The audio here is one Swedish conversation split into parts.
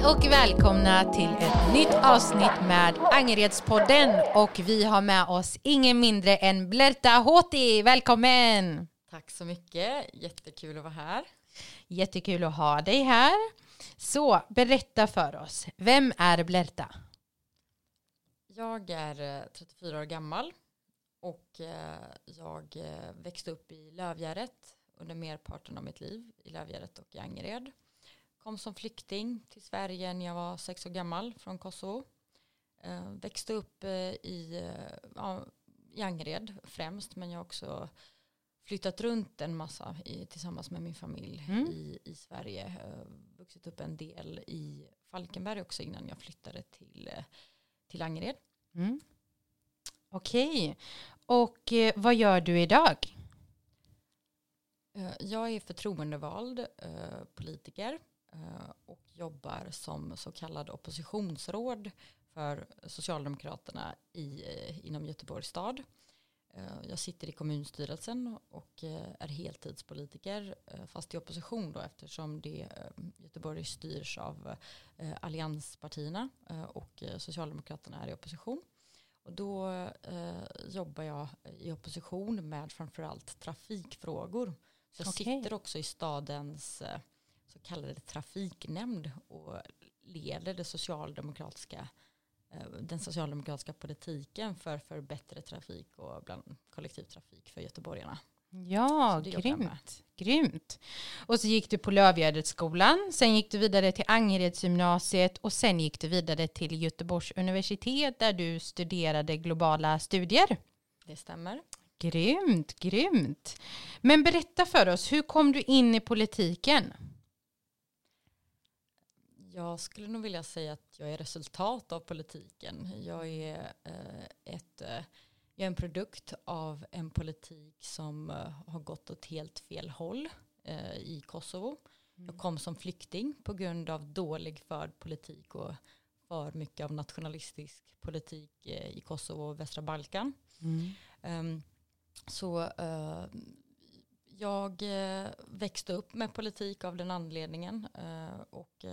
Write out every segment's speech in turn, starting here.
och välkomna till ett nytt avsnitt med Angeredspodden. Och vi har med oss ingen mindre än Blerta Hoti. Välkommen! Tack så mycket, jättekul att vara här. Jättekul att ha dig här. Så berätta för oss, vem är Blerta? Jag är 34 år gammal och jag växte upp i Lövgärdet under merparten av mitt liv, i Lövgärdet och i Angered. Kom som flykting till Sverige när jag var 6 år gammal från Kosovo. Växte upp i Angered främst, men jag har också flyttat runt en massa tillsammans med min familj i Sverige. Vuxit upp en del i Falkenberg också innan jag flyttade till Angered. Mm. Okej. Och vad gör du idag? Jag är förtroendevald politiker och jobbar som så kallad oppositionsråd för Socialdemokraterna inom Göteborgs stad. Jag sitter i kommunstyrelsen och är heltidspolitiker fast i opposition då, eftersom Göteborg styrs av allianspartierna och Socialdemokraterna är i opposition. Och då jobbar jag i opposition med framförallt trafikfrågor. Så jag sitter också i stadens så kallade trafiknämnd och leder den socialdemokratiska politiken för bättre trafik och bland kollektivtrafik för göteborgarna. Ja, grymt. Och så gick du på Lövgärdetsskolan, sen gick du vidare till Angeredsgymnasiet och sen gick du vidare till Göteborgs universitet där du studerade globala studier. Det stämmer. Grymt. Men berätta för oss, hur kom du in i politiken? Jag skulle nog vilja säga att jag är resultat av politiken. Jag är en produkt av en politik som har gått åt helt fel håll i Kosovo. Jag kom som flykting på grund av dålig förd politik och för mycket av nationalistisk politik i Kosovo och västra Balkan. Jag växte upp med politik av den anledningen och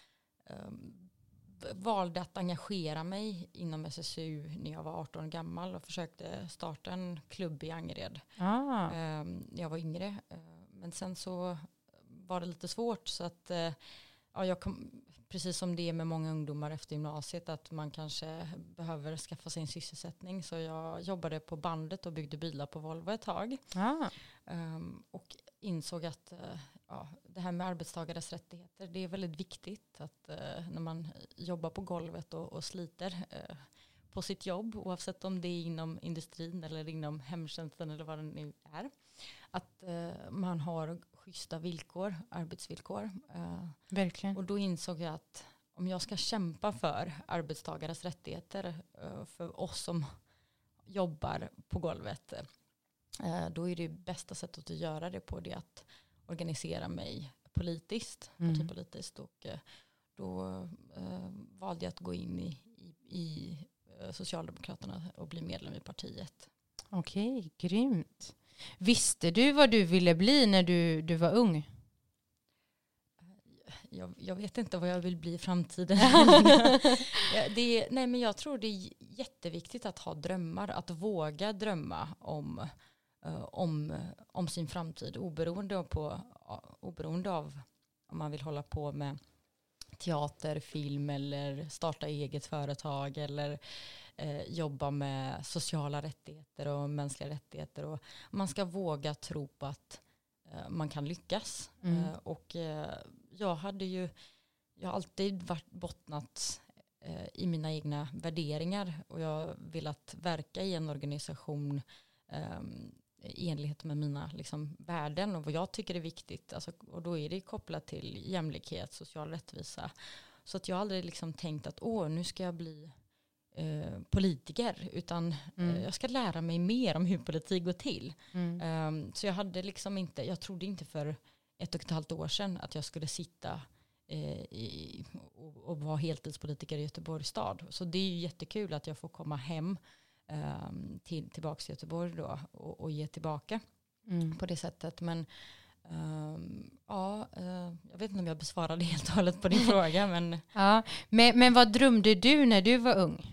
valde att engagera mig inom SSU när jag var 18 år gammal och försökte starta en klubb i Angered. När jag var yngre. Men sen så var det lite svårt så att jag kom, precis som det är med många ungdomar efter gymnasiet, att man kanske behöver skaffa sig en sysselsättning. Så jag jobbade på bandet och byggde bilar på Volvo ett tag. Och insåg att det här med arbetstagares rättigheter, det är väldigt viktigt att när man jobbar på golvet och sliter på sitt jobb, oavsett om det är inom industrin eller inom hemtjänsten eller vad det nu är, att man har schyssta villkor, arbetsvillkor. Verkligen. Och då insåg jag att om jag ska kämpa för arbetstagares rättigheter för oss som jobbar på golvet, då är det bästa sättet att göra det på det att organisera mig partipolitiskt. Och då valde jag att gå in i Socialdemokraterna och bli medlem i partiet. Okej, grymt. Visste du vad du ville bli när du var ung? Jag vet inte vad jag vill bli i framtiden. Men jag tror det är jätteviktigt att ha drömmar, att våga drömma om sin framtid, oberoende av om man vill hålla på med teater, film eller starta eget företag eller jobba med sociala rättigheter och mänskliga rättigheter. Och man ska våga tro på att man kan lyckas. Och jag har alltid varit bottnat i mina egna värderingar och jag har velat verka i en organisation i enlighet med mina värden och vad jag tycker är viktigt. Och då är det kopplat till jämlikhet, social rättvisa. Så att jag har aldrig tänkt att nu ska jag bli politiker, utan jag ska lära mig mer om hur politik går till. Så jag hade jag trodde inte för 1,5 år sedan att jag skulle sitta och vara heltidspolitiker i Göteborgs stad. Så det är ju jättekul att jag får komma hem tillbaka till Göteborg då och ge tillbaka på det sättet. Men Jag vet inte om jag besvarade helt och hållet på din fråga. Men... Ja. Men vad drömde du när du var ung?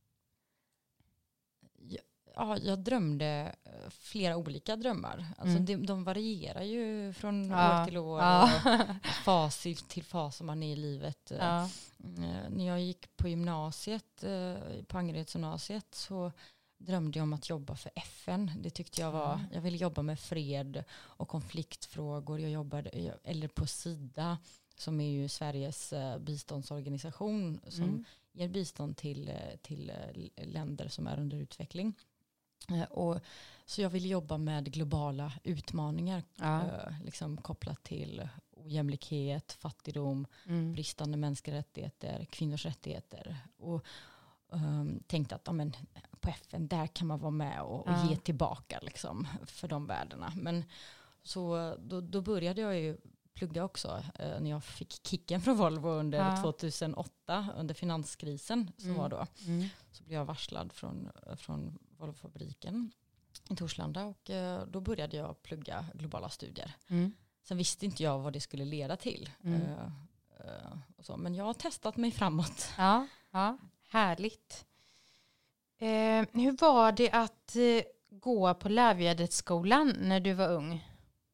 Ja, jag drömde flera olika drömmar. Alltså de varierar ju från år till år. Och fas till fas som man är i livet. Ja. När jag gick på gymnasiet, på Angeredsgymnasiet, så drömde jag om att jobba för FN. Det tyckte jag var, jag ville jobba med fred och konfliktfrågor. Jag jobbade eller på Sida, som är ju Sveriges biståndsorganisation som ger bistånd till länder som är under utveckling. Så jag vill jobba med globala utmaningar liksom kopplat till ojämlikhet, fattigdom, bristande mänskliga rättigheter, kvinnors rättigheter. Och tänkte att på FN där kan man vara med och ge tillbaka liksom, för de värdena. Men så då började jag ju plugga också när jag fick kicken från Volvo under 2008 under finanskrisen som var då. Så blev jag varslad från Volvofabriken i Torslanda och då började jag plugga globala studier. Sen visste inte jag vad det skulle leda till. Och så, men jag har testat mig framåt. Ja, härligt. Hur var det att gå på Lövgärdsskolan när du var ung?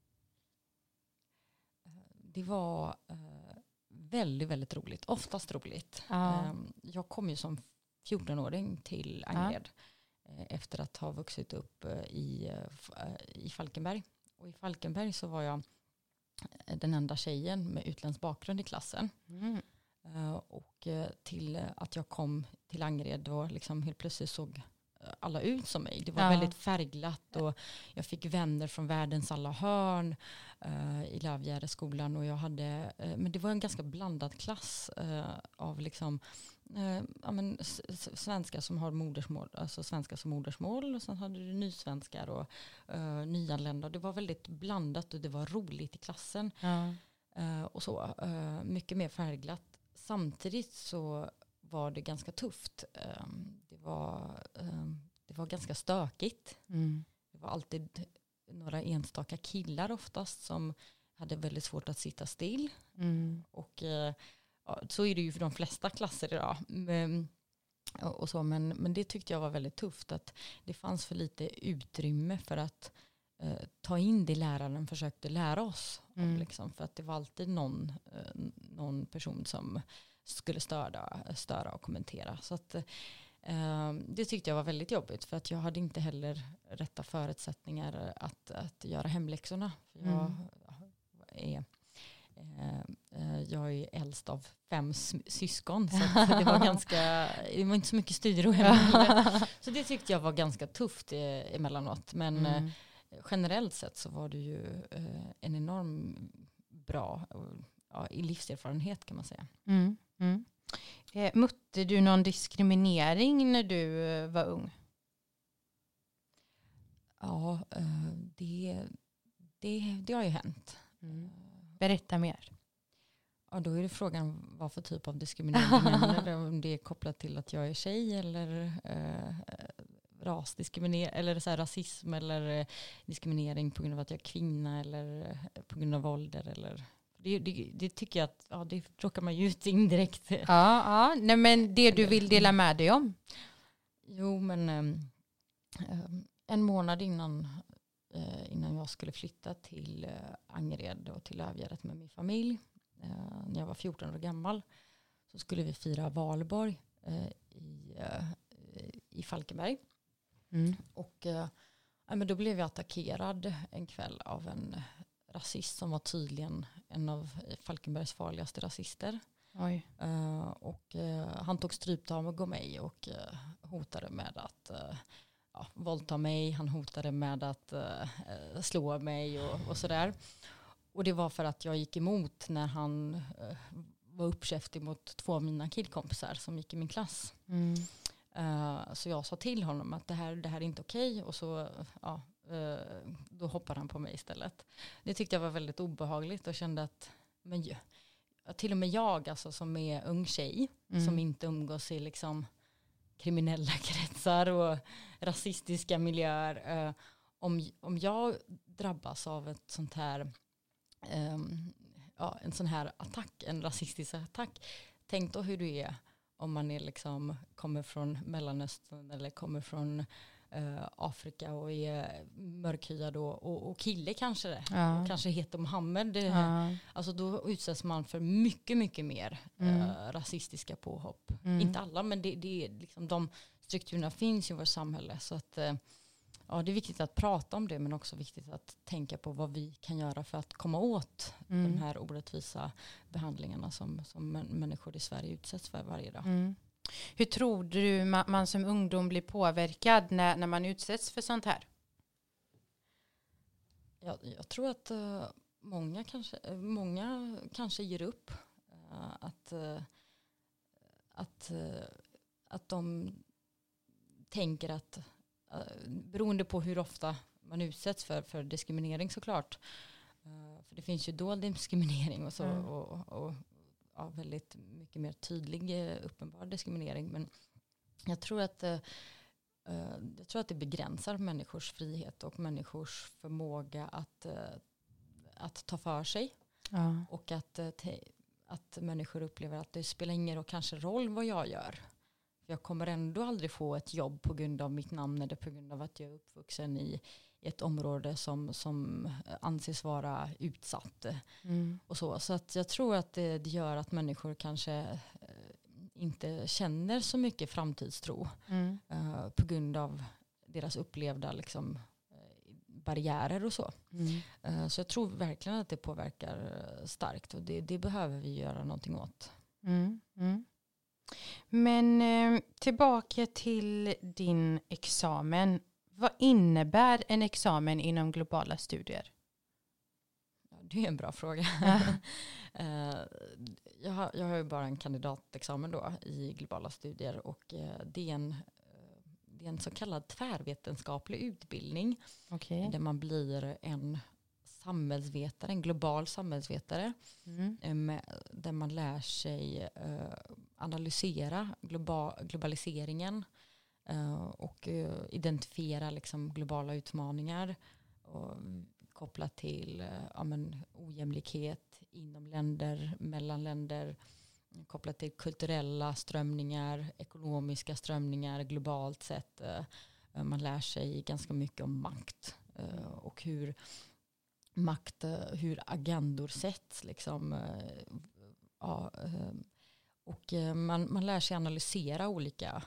Det var väldigt, väldigt roligt. Oftast roligt. Jag kom ju som 14-åring till Angered efter att ha vuxit upp i Falkenberg. Och i Falkenberg så var jag den enda tjejen med utländsk bakgrund i klassen. Och till att jag kom till Angered och liksom helt plötsligt såg alla ut som mig. Det var väldigt färgglatt och jag fick vänner från världens alla hörn i Lövgärdsskolan och jag hade, men det var en ganska blandad klass av liksom svenskar som har modersmål, alltså svenska som modersmål, och sen hade du nysvenskar och nyanlända. Det var väldigt blandat och det var roligt i klassen och så, mycket mer färgglatt. Samtidigt så var det ganska tufft. Det var ganska stökigt. Det var alltid några enstaka killar oftast som hade väldigt svårt att sitta still. Och så är det ju för de flesta klasser idag. Men det tyckte jag var väldigt tufft. Att det fanns för lite utrymme för att ta in det läraren försökte lära oss. Liksom, för att det var alltid någon person som skulle störa och kommentera. Så att det tyckte jag var väldigt jobbigt, för att jag hade inte heller rätta förutsättningar att göra hemläxorna. Jag är äldst av 5 syskon, så att det var inte så mycket studiero hemma. Så det tyckte jag var ganska tufft emellanåt. Men generellt sett så var det ju en enorm bra i livserfarenhet, kan man säga. Mötte du någon diskriminering när du var ung? Ja, det har ju hänt. Berätta mer. Ja, då är det frågan vad för typ av diskriminering eller om det är kopplat till att jag är tjej eller rasdiskriminering eller så här, rasism eller diskriminering på grund av att jag är kvinna eller på grund av ålder eller... Det tycker jag att det råkar man ju ut indirekt. Nej, men det du vill dela med dig om? Jo, men en månad innan jag skulle flytta till Angered och till Lövgärdet med min familj, när jag var 14 år gammal, så skulle vi fira valborg i Falkenberg. Och men då blev jag attackerad en kväll av en rasist som var tydligen en av Falkenbergs farligaste rasister. Och han tog stryptag av mig och hotade med att våldta mig. Han hotade med att slå mig och sådär. Och det var för att jag gick emot när han var uppkäftig mot 2 av mina killkompisar som gick i min klass. Så jag sa till honom att det här är inte okej. Och så då hoppade han på mig istället. Det tyckte jag var väldigt obehagligt och kände att till och med jag, alltså, som är ung tjej som inte umgås i liksom kriminella kretsar och rasistiska miljöer, om jag drabbas av ett sånt här en sån här attack, en rasistisk attack. Tänk då hur du är om man är liksom, kommer från Mellanöstern eller kommer från Afrika och är mörkhyad och kille kanske det. Och kanske heter Mohammed. Alltså då utsätts man för mycket, mycket mer rasistiska påhopp. Inte alla, men det är liksom, de strukturerna finns i vårt samhälle. Så att det är viktigt att prata om det, men också viktigt att tänka på vad vi kan göra för att komma åt de här orättvisa behandlingarna som människor i Sverige utsätts för varje dag. Hur tror du man som ungdom blir påverkad när man utsätts för sånt här? Jag tror att många kanske ger upp. Att de tänker att beroende på hur ofta man utsätts för diskriminering såklart. För det finns ju dold diskriminering och så och väldigt mycket mer tydlig uppenbar diskriminering. Men jag tror att det begränsar människors frihet och människors förmåga att ta för sig. Och att människor upplever att det spelar ingen kanske roll vad jag gör. Jag kommer ändå aldrig få ett jobb på grund av mitt namn eller på grund av att jag är uppvuxen i ett område som anses vara utsatt. Och så att jag tror att det gör att människor kanske inte känner så mycket framtidstro på grund av deras upplevda liksom, barriärer och så. Så jag tror verkligen att det påverkar starkt, och det behöver vi göra någonting åt. Men tillbaka till din examen. Vad innebär en examen inom globala studier? Ja, det är en bra fråga. Jag har ju bara en kandidatexamen då i globala studier, och det är en så kallad tvärvetenskaplig utbildning. Okay. Där man blir en global samhällsvetare. Där man lär sig analysera globaliseringen och identifiera liksom globala utmaningar och kopplat till ojämlikhet inom länder, mellan länder, kopplat till kulturella strömningar, ekonomiska strömningar globalt sett. Man lär sig ganska mycket om makt och hur agendor sätts liksom, och man lär sig analysera olika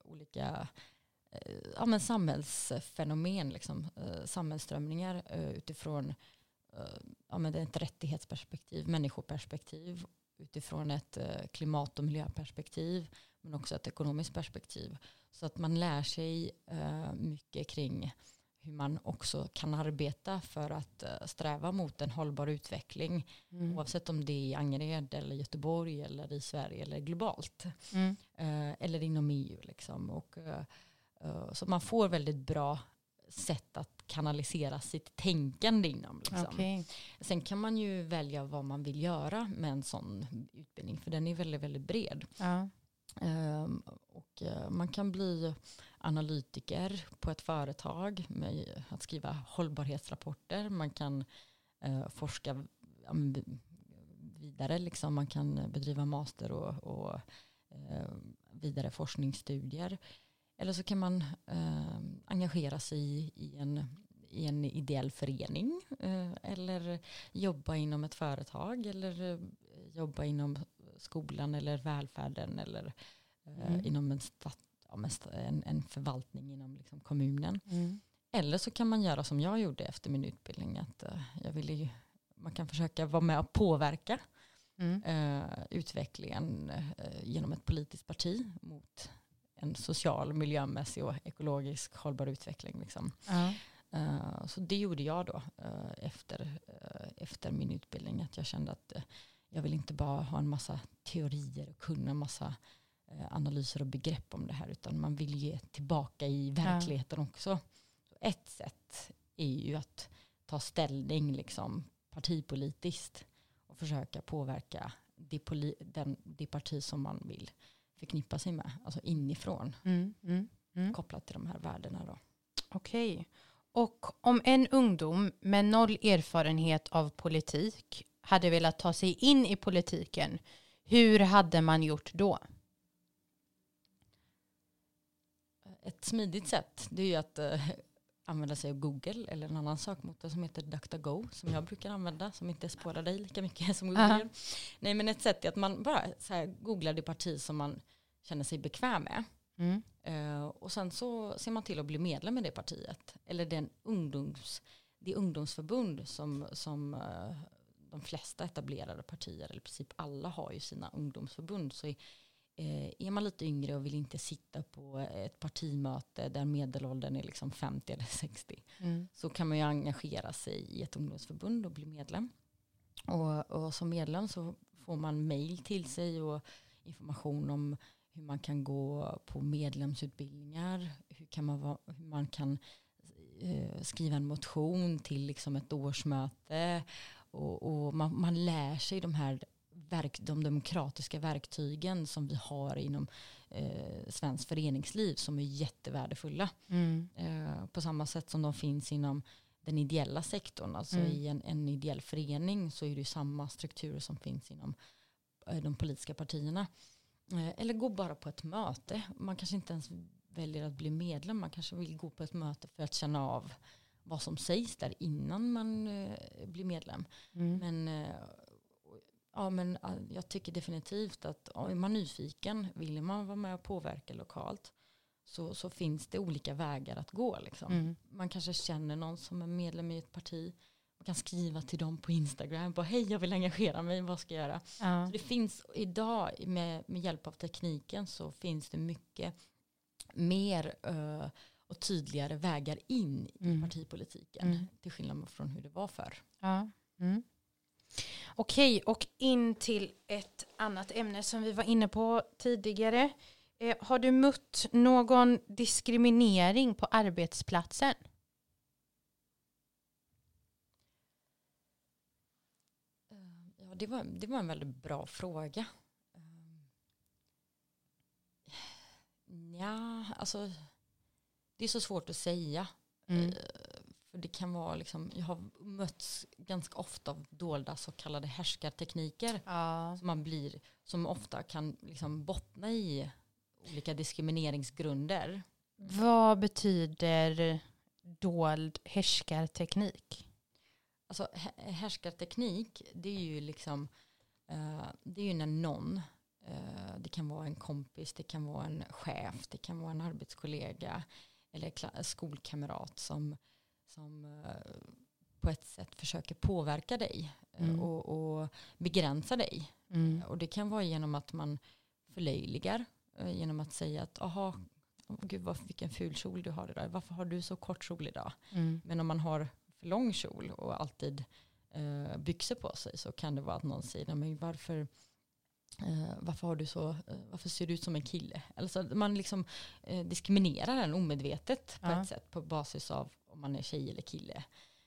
samhällsfenomen liksom, samhällsströmningar utifrån ett rättighetsperspektiv, människoperspektiv, utifrån ett klimat- och miljöperspektiv, men också ett ekonomiskt perspektiv. Så att man lär sig mycket kring hur man också kan arbeta för att sträva mot en hållbar utveckling. Oavsett om det är i Angered eller Göteborg eller i Sverige eller globalt. Eller inom EU. Liksom. Och, så man får väldigt bra sätt att kanalisera sitt tänkande inom. Liksom. Okay. Sen kan man ju välja vad man vill göra med en sån utbildning. För den är väldigt, väldigt bred. Och man kan bli analytiker på ett företag med att skriva hållbarhetsrapporter. Man kan forska vidare. Liksom. Man kan bedriva master och vidare forskningsstudier. Eller så kan man engagera sig i en ideell förening. Eller jobba inom ett företag. Eller jobba inom skolan eller välfärden. Eller inom en förvaltning inom liksom kommunen. Eller så kan man göra som jag gjorde efter min utbildning. Att man kan försöka vara med och påverka utvecklingen genom ett politiskt parti mot en social, miljömässig och ekologisk hållbar utveckling. Liksom. Så det gjorde jag då efter min utbildning. Att jag kände att jag vill inte bara ha en massa teorier och kunna en massa analyser och begrepp om det här, utan man vill ge tillbaka i verkligheten också. Så ett sätt är ju att ta ställning liksom, partipolitiskt och försöka påverka det parti som man vill förknippa sig med, alltså inifrån, kopplat till de här värdena då. Okej. Och om en ungdom med 0 erfarenhet av politik hade velat ta sig in i politiken, hur hade man gjort då? Ett smidigt sätt, det är ju att använda sig av Google eller en annan sökmotor som heter DuckDuckGo, som jag brukar använda, som inte spårar dig lika mycket som Google. Nej, men ett sätt är att man bara så här, googlar det parti som man känner sig bekväm med. Och sen så ser man till att bli medlem i det partiet. Eller det ungdomsförbund som de flesta etablerade partier, eller i princip alla har ju sina ungdomsförbund. Så är man lite yngre och vill inte sitta på ett partimöte där medelåldern är liksom 50 eller 60, så kan man ju engagera sig i ett ungdomsförbund och bli medlem. Och som medlem så får man mejl till sig och information om hur man kan gå på medlemsutbildningar, hur man kan skriva en motion till liksom ett årsmöte, och man lär sig de demokratiska verktygen som vi har inom svenskt föreningsliv, som är jättevärdefulla. På samma sätt som de finns inom den ideella sektorn. Alltså i en ideell förening så är det samma strukturer som finns inom de politiska partierna. Eller gå bara på ett möte. Man kanske inte ens väljer att bli medlem. Man kanske vill gå på ett möte för att känna av vad som sägs där innan man blir medlem. Men jag tycker definitivt att är man nyfiken, vill man vara med och påverka lokalt, så finns det olika vägar att gå. Liksom. Man kanske känner någon som är medlem i ett parti. Man kan skriva till dem på Instagram. Hej, jag vill engagera mig, vad ska jag göra? Så det finns idag med hjälp av tekniken, så finns det mycket mer och tydligare vägar in i partipolitiken. Till skillnad från hur det var förr. Okej, och in till ett annat ämne som vi var inne på tidigare. Har du mött någon diskriminering på arbetsplatsen? Ja, det var en väldigt bra fråga. Ja, alltså det är så svårt att säga. För det kan vara liksom, jag har mötts ganska ofta av dolda så kallade härskartekniker som ofta kan liksom bottna i olika diskrimineringsgrunder. Vad betyder dold härskarteknik? Alltså härskarteknik, det är ju liksom det är ju när någon, det kan vara en kompis, det kan vara en chef, det kan vara en arbetskollega eller skolkamrat som på ett sätt försöker påverka dig och begränsa dig. Och det kan vara genom att man förlöjligar, genom att säga att gud, vilken ful kjol du har idag. Varför har du så kort kjol idag? Men om man har för lång kjol och alltid byxor på sig, så kan det vara att någon säger, men varför har du så, varför ser du ut som en kille? Alltså man liksom diskriminerar den omedvetet på ett sätt på basis av om man är tjej eller kille.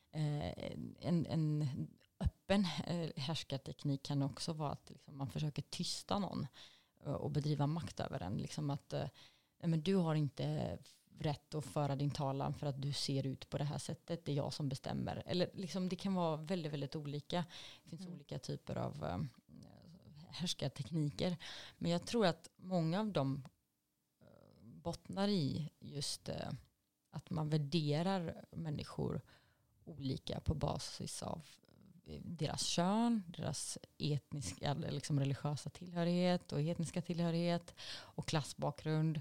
En öppen härskarteknik kan också vara att liksom man försöker tysta någon och bedriva makt över den. Liksom att men du har inte rätt att föra din talan för att du ser ut på det här sättet. Det är jag som bestämmer. Eller liksom, det kan vara väldigt, väldigt olika. Det finns olika typer av härskartekniker. Men jag tror att många av dem bottnar i just att man värderar människor olika på basis av deras kön, deras etniska eller liksom religiösa tillhörighet och etniska tillhörighet och klassbakgrund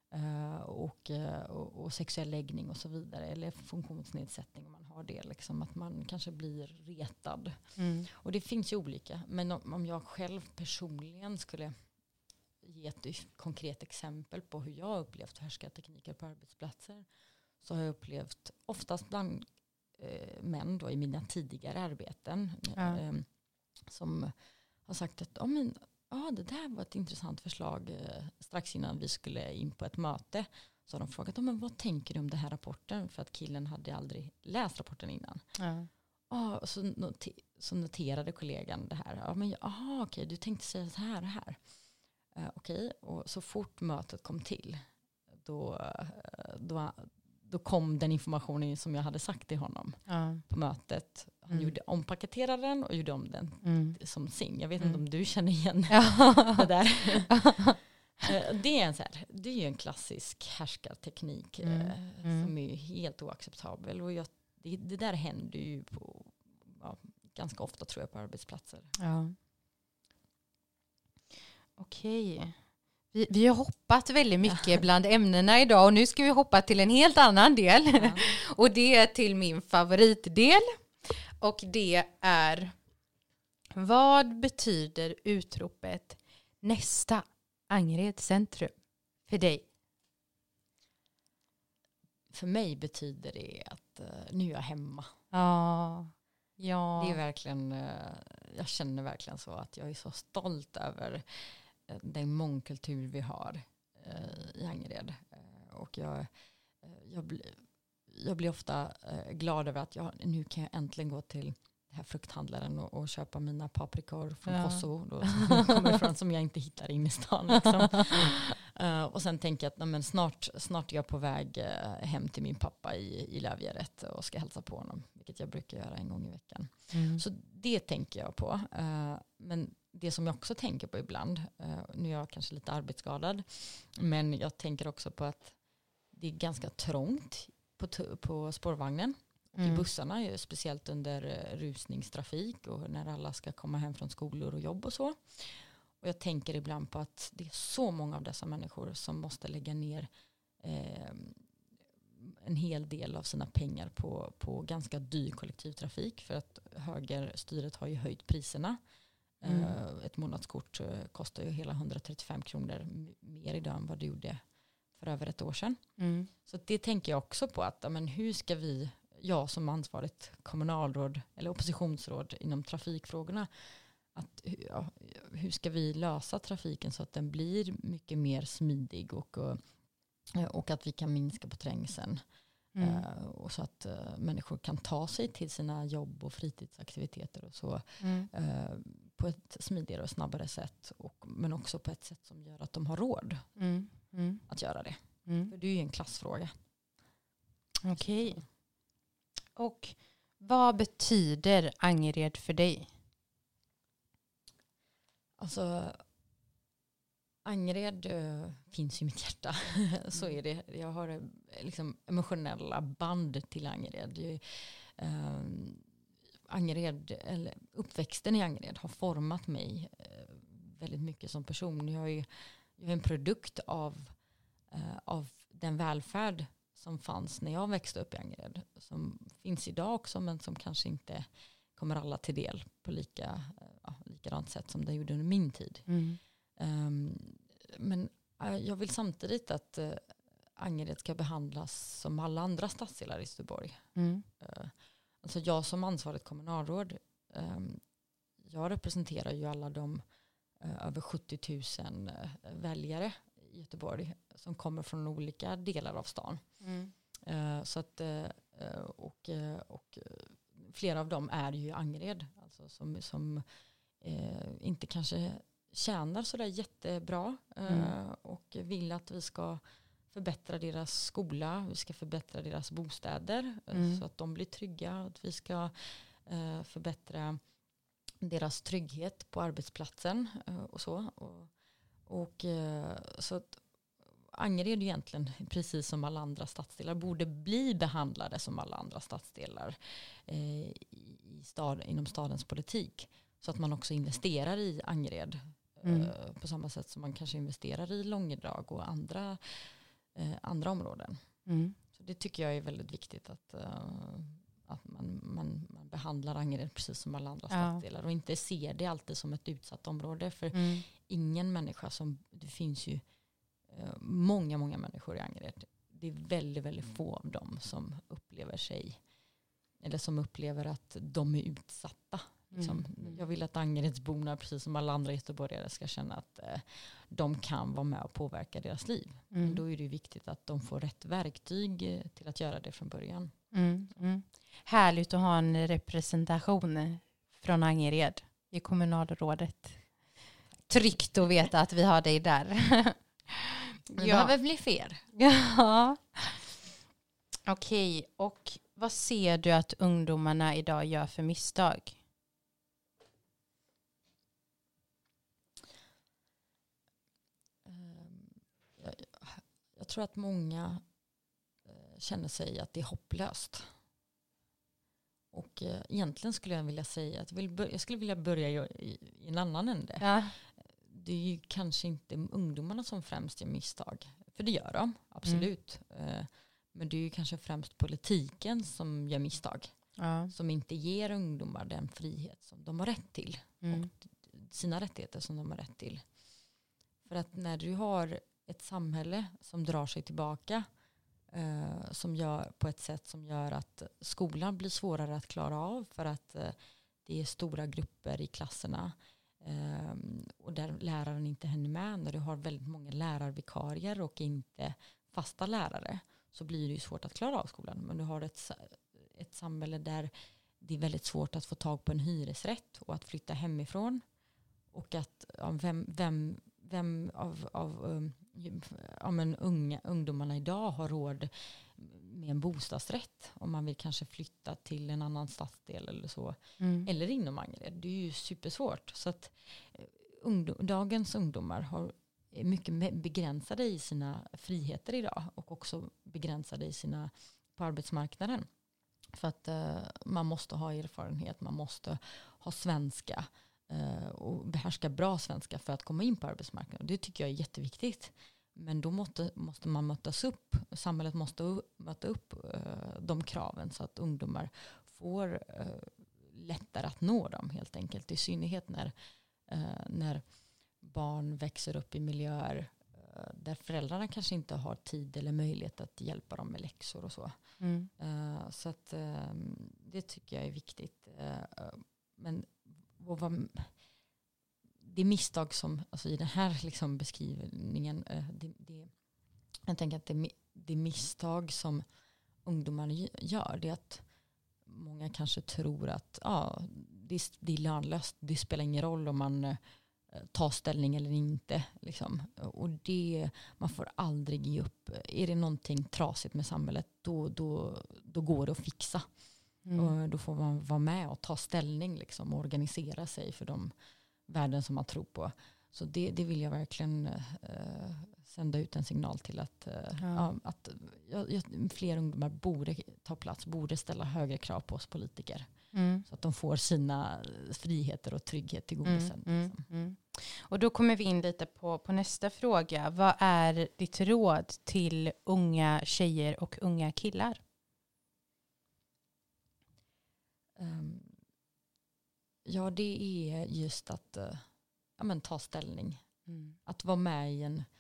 och sexuell läggning och så vidare, eller funktionsnedsättning om man har det, liksom att man kanske blir retad. Och det finns ju olika, men om jag själv personligen skulle ge ett konkret exempel på hur jag har upplevt härskartekniker på arbetsplatser, så har jag upplevt oftast bland män då i mina tidigare arbeten som har sagt att det där var ett intressant förslag. Strax innan vi skulle in på ett möte så har de frågat vad tänker du om den här rapporten, för att killen hade aldrig läst rapporten innan. Och så noterade kollegan det här. Okej, du tänkte säga så här. Okej, och så fort mötet kom till då då kom den informationen som jag hade sagt till honom på mötet. Han ompaketerade den och gjorde om den som sin. Jag vet inte om du känner igen det där. Det är ju en klassisk härskarteknik som är helt oacceptabel. Och det där händer ju ganska ofta, tror jag, på arbetsplatser. Ja. Okej. Vi har hoppat väldigt mycket bland ämnena idag och nu ska vi hoppa till en helt annan del. Ja. Och det är till min favoritdel. Och det är: vad betyder utropet nästa Angered centrum för dig? För mig betyder det att nu är jag hemma. Ja. Det är verkligen, jag känner verkligen så att jag är så stolt över den mångkultur vi har i Angered. Och jag blir ofta glad över att nu kan jag äntligen gå till den här frukthandlaren och köpa mina paprikor från Kosovo då, som kommer ifrån, som jag inte hittar in i stan. Liksom. Och sen tänker jag att snart är jag på väg hem till min pappa i Lövgärdet och ska hälsa på honom, vilket jag brukar göra en gång i veckan. Så det tänker jag på. Men det som jag också tänker på ibland, nu är jag kanske lite arbetsskadad, men jag tänker också på att det är ganska trångt på spårvagnen och i bussarna, speciellt under rusningstrafik och när alla ska komma hem från skolor och jobb och så. Och jag tänker ibland på att det är så många av dessa människor som måste lägga ner en hel del av sina pengar på ganska dyr kollektivtrafik, för att högerstyret har ju höjt priserna. Ett månadskort kostar ju hela 135 kronor mer idag än vad det gjorde för över ett år sedan. Så det tänker jag också på, att hur ska jag som ansvarigt kommunalråd eller oppositionsråd inom trafikfrågorna, hur ska vi lösa trafiken så att den blir mycket mer smidig och att vi kan minska på trängseln. Och så att människor kan ta sig till sina jobb och fritidsaktiviteter och så på ett smidigare och snabbare sätt, men också på ett sätt som gör att de har råd att göra det. För det är ju en klassfråga. Okej. Och vad betyder Angered för dig? Alltså, Angered finns i mitt hjärta. Så är det. Jag har liksom emotionella band till Angered. Eller uppväxten i Angered har format mig väldigt mycket som person. Jag är en produkt av den välfärd som fanns när jag växte upp i Angered, som finns idag också, men som kanske inte kommer alla till del på likadant sätt som det gjorde under min tid. Men jag vill samtidigt att Angered ska behandlas som alla andra stadsdelar i Göteborg. Alltså jag som ansvarigt kommunalråd, jag representerar ju alla de över 70 000 väljare i Göteborg som kommer från olika delar av stan. Så att, och flera av dem är ju Angered, alltså som inte kanske tjänar så där jättebra och vill att vi ska förbättra deras skola, vi ska förbättra deras bostäder så att de blir trygga, att vi ska förbättra deras trygghet på arbetsplatsen och så. Och så att Angered egentligen, precis som alla andra stadsdelar, borde bli behandlade som alla andra stadsdelar inom stadens politik. Så att man också investerar i Angered på samma sätt som man kanske investerar i Långedrag och andra områden. Så det tycker jag är väldigt viktigt, att man behandlar Angered precis som alla andra stadsdelar och inte ser det alltid som ett utsatt område. För ingen människa det finns ju många människor i Angered. Det är väldigt, väldigt få av dem som upplever sig, eller som upplever att de är utsatta. Liksom. Jag vill att Angeredsborna, precis som alla andra göteborgare, ska känna att de kan vara med och påverka deras liv. Men då är det viktigt att de får rätt verktyg till att göra det från början. Härligt att ha en representation från Angered i kommunalrådet. Tryggt att veta att vi har dig där. Det behöver bli fler. Ja. Okej, och vad ser du att ungdomarna idag gör för misstag? Jag tror att många känner sig att det är hopplöst. Och egentligen skulle jag vilja säga att jag skulle vilja börja i en annan ände. Ja. Det är ju kanske inte ungdomarna som främst gör misstag. För det gör de, absolut. Men det är ju kanske främst politiken som gör misstag. Ja. Som inte ger ungdomar den frihet som de har rätt till. Och sina rättigheter som de har rätt till. För att när du har ett samhälle som drar sig tillbaka, som gör på ett sätt som gör att skolan blir svårare att klara av för att det är stora grupper i klasserna och där läraren inte hänger med. När du har väldigt många lärarvikarier och inte fasta lärare så blir det ju svårt att klara av skolan. Men du har ett samhälle där det är väldigt svårt att få tag på en hyresrätt och att flytta hemifrån. Och att vem av ungdomarna idag har råd med en bostadsrätt om man vill kanske flytta till en annan stadsdel eller så. Eller inom Angered. Det är ju supersvårt. Så att dagens ungdomar är mycket begränsade i sina friheter idag och också begränsade på arbetsmarknaden. För att man måste ha erfarenhet, man måste ha svenska och behärska bra svenska för att komma in på arbetsmarknaden. Det tycker jag är jätteviktigt. Men då måste man mötas upp. Samhället måste möta upp de kraven så att ungdomar får lättare att nå dem helt enkelt. I synnerhet när barn växer upp i miljöer där föräldrarna kanske inte har tid eller möjlighet att hjälpa dem med läxor och så. Så att det tycker jag är viktigt. Men det misstag som alltså i den här liksom beskrivningen jag tänker att det misstag som ungdomar gör det är att många kanske tror att det är lönlöst, det spelar ingen roll om man tar ställning eller inte liksom. Och man får aldrig ge upp. Är det någonting trasigt med samhället då går det att fixa. Och då får man vara med och ta ställning liksom, och organisera sig för de värden som man tror på. Så det vill jag verkligen sända ut en signal till att fler ungdomar borde ta plats, borde ställa högre krav på oss politiker. Så att de får sina friheter och trygghet tillgodosedd. Och då kommer vi in lite på nästa fråga. Vad är ditt råd till unga tjejer och unga killar? Ja, det är just att ta ställning. Att vara med i en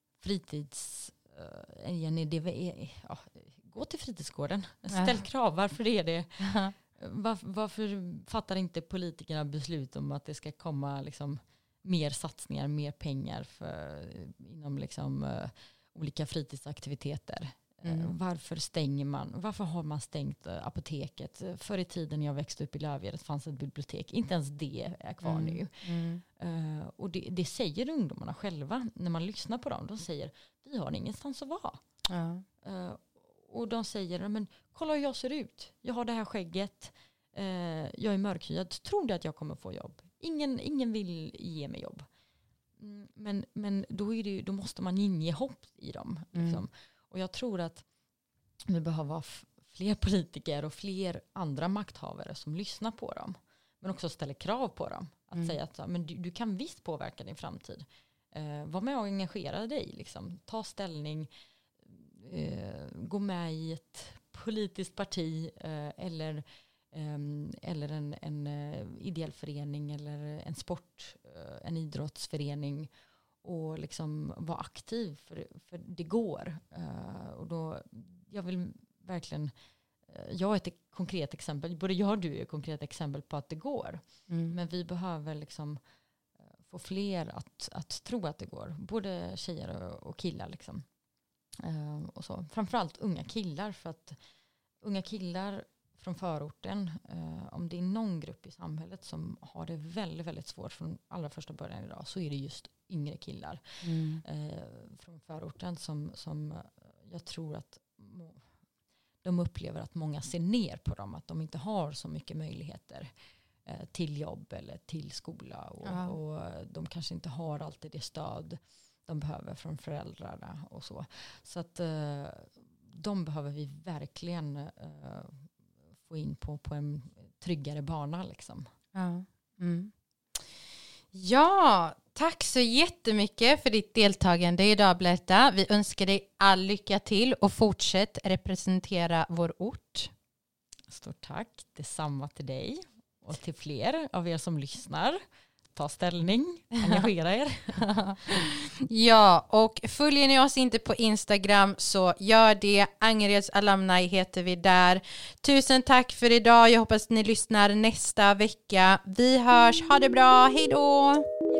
gå till fritidsgården. Ställ krav, varför är det? Varför fattar inte politikerna beslut om att det ska komma liksom, mer satsningar, mer pengar inom liksom, olika fritidsaktiviteter? Varför har man stängt apoteket? Förr i tiden när jag växte upp i Lövgärdet fanns ett bibliotek. Inte ens det är kvar nu. Och det säger ungdomarna själva när man lyssnar på dem. De säger, vi har ingenstans att vara. Och de säger, men kolla hur jag ser ut. Jag har det här skägget. Jag är mörkhyad. Tror du att jag kommer få jobb? Ingen vill ge mig jobb. Men då måste man inge hopp i dem. Liksom. Och jag tror att vi behöver fler politiker och fler andra makthavare som lyssnar på dem. Men också ställer krav på dem. Att säga att men du kan visst påverka din framtid. Var med och engagera dig. Liksom. Ta ställning. Gå med i ett politiskt parti. Eller en ideell förening. Eller en en idrottsförening. Och liksom vara aktiv för det går. Och då, jag vill verkligen, jag är ett konkret exempel, både jag och du är ett konkret exempel på att det går. Men vi behöver liksom få fler att tro att det går. Både tjejer och killar liksom. Och så. Framförallt unga killar, för att unga killar från förorten, om det är någon grupp i samhället som har det väldigt, väldigt svårt från allra första början idag, så är det just yngre killar från förorten som jag tror att de upplever att många ser ner på dem, att de inte har så mycket möjligheter till jobb eller till skola och de kanske inte har alltid det stöd de behöver från föräldrarna och så. Så att de behöver vi verkligen få in på en tryggare bana liksom. Ja. Ja, tack så jättemycket för ditt deltagande idag, Berta. Vi önskar dig all lycka till och fortsätt representera vår ort. Stort tack. Detsamma till dig och till fler av er som lyssnar. Ta ställning, engagera er. Ja, och följer ni oss inte på Instagram så gör det. Angereds Alumni heter vi där. Tusen tack för idag. Jag hoppas ni lyssnar nästa vecka. Vi hörs. Ha det bra. Hej då!